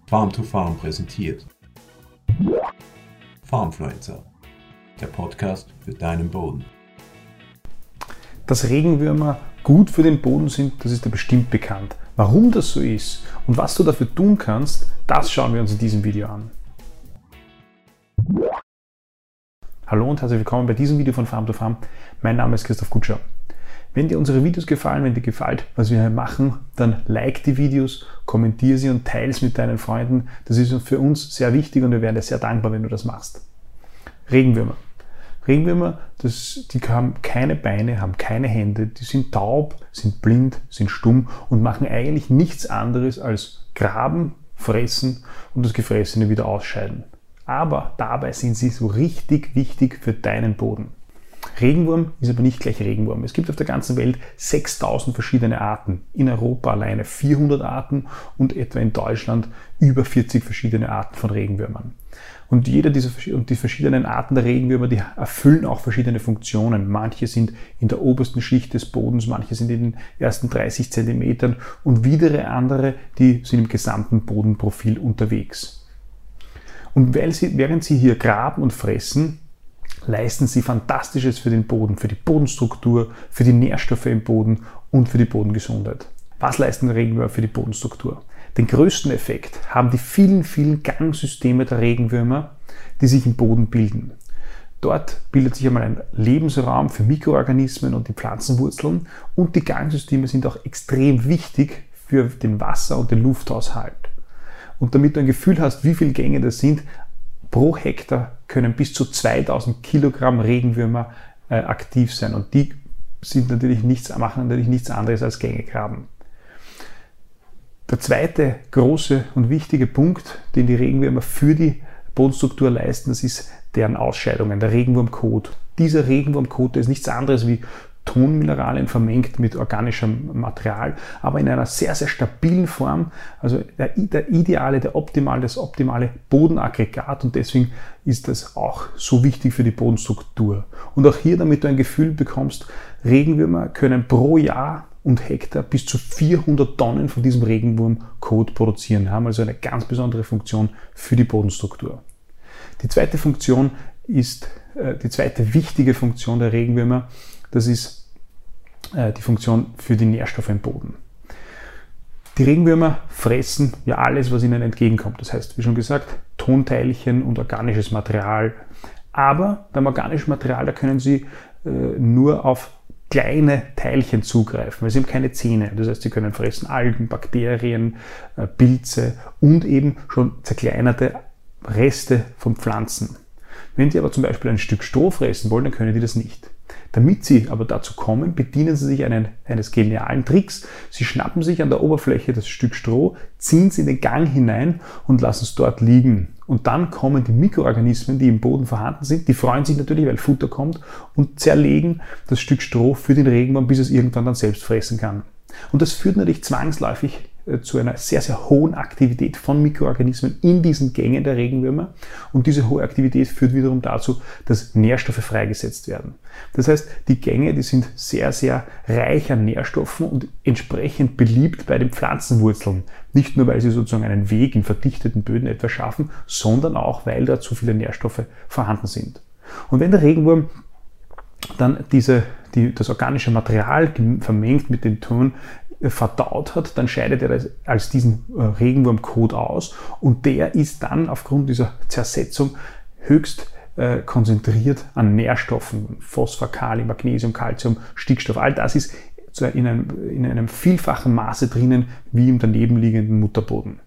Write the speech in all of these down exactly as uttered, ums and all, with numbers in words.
Farm to Farm präsentiert. Farmfluencer, der Podcast für deinen Boden. Dass Regenwürmer gut für den Boden sind, das ist dir bestimmt bekannt. Warum das so ist und was du dafür tun kannst, das schauen wir uns in diesem Video an. Hallo und herzlich willkommen bei diesem Video von Farm to Farm. Mein Name ist Christoph Kutscher. Wenn dir unsere Videos gefallen, wenn dir gefällt, was wir hier machen, dann like die Videos, kommentiere sie und teile es mit deinen Freunden. Das ist für uns sehr wichtig und wir wären dir sehr dankbar, wenn du das machst. Regenwürmer. Regenwürmer, das, die haben keine Beine, haben keine Hände, die sind taub, sind blind, sind stumm und machen eigentlich nichts anderes als graben, fressen und das Gefressene wieder ausscheiden. Aber dabei sind sie so richtig wichtig für deinen Boden. Regenwurm ist aber nicht gleich Regenwurm. Es gibt auf der ganzen Welt sechstausend verschiedene Arten. In Europa alleine vierhundert Arten und etwa in Deutschland über vierzig verschiedene Arten von Regenwürmern. Und jeder dieser und die verschiedenen Arten der Regenwürmer, die erfüllen auch verschiedene Funktionen. Manche sind in der obersten Schicht des Bodens, manche sind in den ersten dreißig Zentimetern und wieder andere, die sind im gesamten Bodenprofil unterwegs. Und weil sie, während sie hier graben und fressen, leisten sie Fantastisches für den Boden, für die Bodenstruktur, für die Nährstoffe im Boden und für die Bodengesundheit. Was leisten Regenwürmer für die Bodenstruktur? Den größten Effekt haben die vielen, vielen Gangsysteme der Regenwürmer, die sich im Boden bilden. Dort bildet sich einmal ein Lebensraum für Mikroorganismen und die Pflanzenwurzeln und die Gangsysteme sind auch extrem wichtig für den Wasser- und den Lufthaushalt. Und damit du ein Gefühl hast, wie viele Gänge das sind, pro Hektar können bis zu zweitausend Kilogramm Regenwürmer äh, aktiv sein und die sind natürlich nichts, machen natürlich nichts anderes als Gänge graben. Der zweite große und wichtige Punkt, den die Regenwürmer für die Bodenstruktur leisten, das ist deren Ausscheidungen, der Regenwurmkot. Dieser Regenwurmkot ist nichts anderes wie Tonmineralien vermengt mit organischem Material, aber in einer sehr, sehr stabilen Form, also der, der ideale, der optimale, das optimale Bodenaggregat und deswegen ist das auch so wichtig für die Bodenstruktur. Und auch hier, damit du ein Gefühl bekommst, Regenwürmer können pro Jahr und Hektar bis zu vierhundert Tonnen von diesem Regenwurmkot produzieren, haben also eine ganz besondere Funktion für die Bodenstruktur. Die zweite Funktion ist, äh, die zweite wichtige Funktion der Regenwürmer, das ist äh, die Funktion für die Nährstoffe im Boden. Die Regenwürmer fressen ja alles, was ihnen entgegenkommt. Das heißt, wie schon gesagt, Tonteilchen und organisches Material. Aber beim organischen Material, da können sie äh, nur auf kleine Teilchen zugreifen, weil sie haben keine Zähne. Das heißt, sie können fressen Algen, Bakterien, äh, Pilze und eben schon zerkleinerte Reste von Pflanzen. Wenn sie aber zum Beispiel ein Stück Stroh fressen wollen, dann können die das nicht. Damit sie aber dazu kommen, bedienen sie sich einen, eines genialen Tricks. Sie schnappen sich an der Oberfläche das Stück Stroh, ziehen es in den Gang hinein und lassen es dort liegen. Und dann kommen die Mikroorganismen, die im Boden vorhanden sind, die freuen sich natürlich, weil Futter kommt und zerlegen das Stück Stroh für den Regenwurm, bis es irgendwann dann selbst fressen kann. Und das führt natürlich zwangsläufig zu einer sehr, sehr hohen Aktivität von Mikroorganismen in diesen Gängen der Regenwürmer. Und diese hohe Aktivität führt wiederum dazu, dass Nährstoffe freigesetzt werden. Das heißt, die Gänge, die sind sehr, sehr reich an Nährstoffen und entsprechend beliebt bei den Pflanzenwurzeln. Nicht nur, weil sie sozusagen einen Weg in verdichteten Böden etwas schaffen, sondern auch, weil da zu viele Nährstoffe vorhanden sind. Und wenn der Regenwurm dann diese, die, das organische Material vermengt mit dem Ton verdaut hat, dann scheidet er das als diesen Regenwurmkot aus und der ist dann aufgrund dieser Zersetzung höchst äh, konzentriert an Nährstoffen, Phosphor, Kalium, Magnesium, Calcium, Stickstoff, all das ist in einem, in einem vielfachen Maße drinnen wie im daneben liegenden Mutterboden.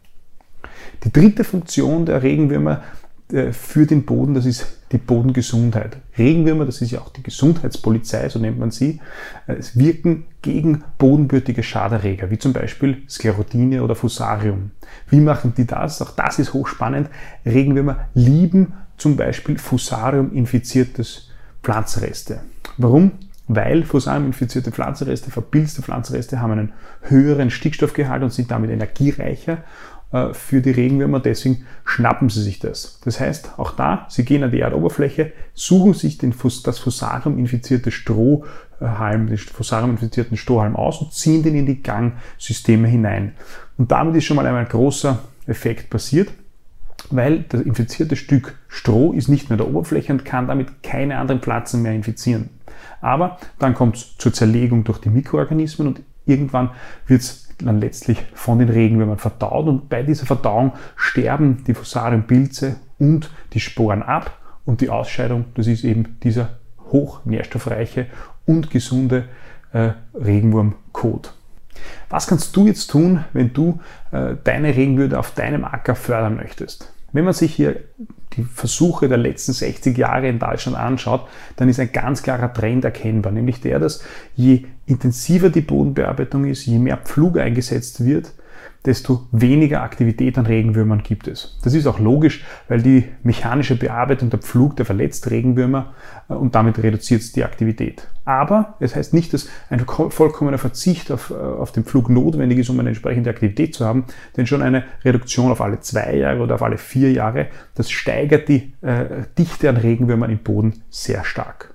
Die dritte Funktion der Regenwürmer für den Boden, das ist die Bodengesundheit. Regenwürmer, das ist ja auch die Gesundheitspolizei, so nennt man sie, es wirken gegen bodenbürtige Schaderreger, wie zum Beispiel Sklerotine oder Fusarium. Wie machen die das? Auch das ist hochspannend. Regenwürmer lieben zum Beispiel Fusarium-infiziertes Pflanzenreste. Warum? Weil Fusarium-infizierte Pflanzenreste, verpilzte Pflanzenreste haben einen höheren Stickstoffgehalt und sind damit energiereicher für die Regenwürmer, deswegen schnappen sie sich das. Das heißt, auch da, sie gehen an die Erdoberfläche, suchen sich den, das Fusarium-infizierte Strohhalm, den Fusarium-infizierten Strohhalm aus und ziehen den in die Gangsysteme hinein. Und damit ist schon mal ein großer Effekt passiert, weil das infizierte Stück Stroh ist nicht mehr der Oberfläche und kann damit keine anderen Pflanzen mehr infizieren. Aber dann kommt es zur Zerlegung durch die Mikroorganismen und irgendwann wird es dann letztlich von den Regenwürmern verdaut und bei dieser Verdauung sterben die Fusariumpilze und die Sporen ab und die Ausscheidung, das ist eben dieser hochnährstoffreiche und gesunde äh, Regenwurmkot. Was kannst du jetzt tun, wenn du äh, deine Regenwürmer auf deinem Acker fördern möchtest? Wenn man sich hier die Versuche der letzten sechzig Jahre in Deutschland anschaut, dann ist ein ganz klarer Trend erkennbar, nämlich der, dass je intensiver die Bodenbearbeitung ist, je mehr Pflug eingesetzt wird, desto weniger Aktivität an Regenwürmern gibt es. Das ist auch logisch, weil die mechanische Bearbeitung der Pflug, der verletzt Regenwürmer und damit reduziert es die Aktivität. Aber es heißt nicht, dass ein vollkommener Verzicht auf, auf den Pflug notwendig ist, um eine entsprechende Aktivität zu haben, denn schon eine Reduktion auf alle zwei Jahre oder auf alle vier Jahre, das steigert die äh, Dichte an Regenwürmern im Boden sehr stark.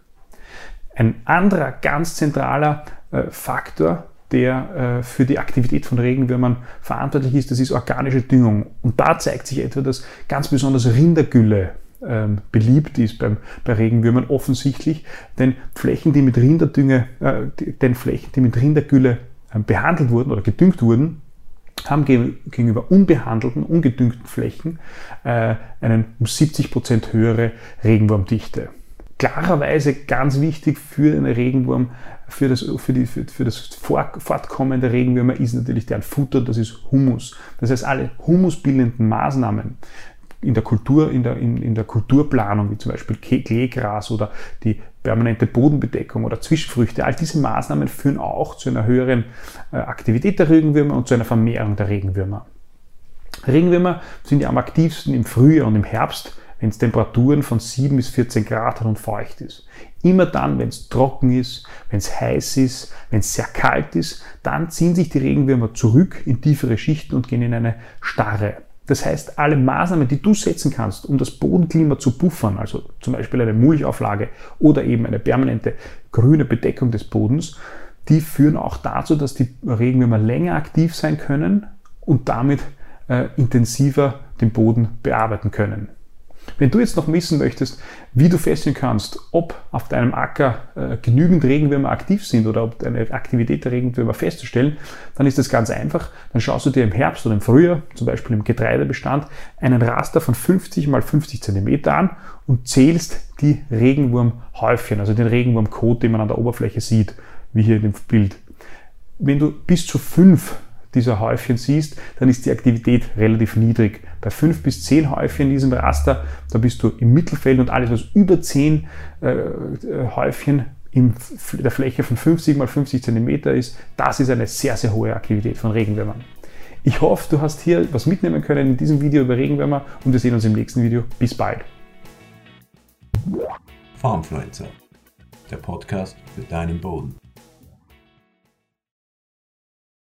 Ein anderer ganz zentraler äh, Faktor, der äh, für die Aktivität von Regenwürmern verantwortlich ist, das ist organische Düngung. Und da zeigt sich etwa, dass ganz besonders Rindergülle ähm, beliebt ist beim, bei Regenwürmern offensichtlich, denn Flächen, die mit Rinderdünge, äh, die, denn Flächen, die mit Rindergülle äh, behandelt wurden oder gedüngt wurden, haben gegenüber unbehandelten, ungedüngten Flächen äh, einen um siebzig Prozent höhere Regenwurmdichte. Klarerweise ganz wichtig für einen Regenwurm, für das, für die, für, für das Fortkommen der Regenwürmer ist natürlich deren Futter, das ist Humus. Das heißt, alle humusbildenden Maßnahmen in der Kultur, in der, in, in der Kulturplanung, wie zum Beispiel Kleegras oder die permanente Bodenbedeckung oder Zwischenfrüchte, all diese Maßnahmen führen auch zu einer höheren Aktivität der Regenwürmer und zu einer Vermehrung der Regenwürmer. Regenwürmer sind ja am aktivsten im Frühjahr und im Herbst, wenn es Temperaturen von sieben bis vierzehn Grad hat und feucht ist. Immer dann, wenn es trocken ist, wenn es heiß ist, wenn es sehr kalt ist, dann ziehen sich die Regenwürmer zurück in tiefere Schichten und gehen in eine Starre. Das heißt, alle Maßnahmen, die du setzen kannst, um das Bodenklima zu buffern, also zum Beispiel eine Mulchauflage oder eben eine permanente grüne Bedeckung des Bodens, die führen auch dazu, dass die Regenwürmer länger aktiv sein können und damit äh, intensiver den Boden bearbeiten können. Wenn du jetzt noch wissen möchtest, wie du feststellen kannst, ob auf deinem Acker äh, genügend Regenwürmer aktiv sind oder ob eine Aktivität der Regenwürmer festzustellen, dann ist das ganz einfach. Dann schaust du dir im Herbst oder im Frühjahr, zum Beispiel im Getreidebestand, einen Raster von fünfzig mal fünfzig Zentimeter an und zählst die Regenwurmhäufchen, also den Regenwurmkot, den man an der Oberfläche sieht, wie hier in dem Bild. Wenn du bis zu fünf dieser Häufchen siehst, dann ist die Aktivität relativ niedrig. Bei fünf bis zehn Häufchen in diesem Raster, da bist du im Mittelfeld und alles, was über zehn äh, Häufchen in der Fläche von fünfzig mal fünfzig Zentimeter ist, das ist eine sehr, sehr hohe Aktivität von Regenwürmern. Ich hoffe, du hast hier was mitnehmen können in diesem Video über Regenwürmer und wir sehen uns im nächsten Video. Bis bald. Farmfluencer, der Podcast für deinen Boden.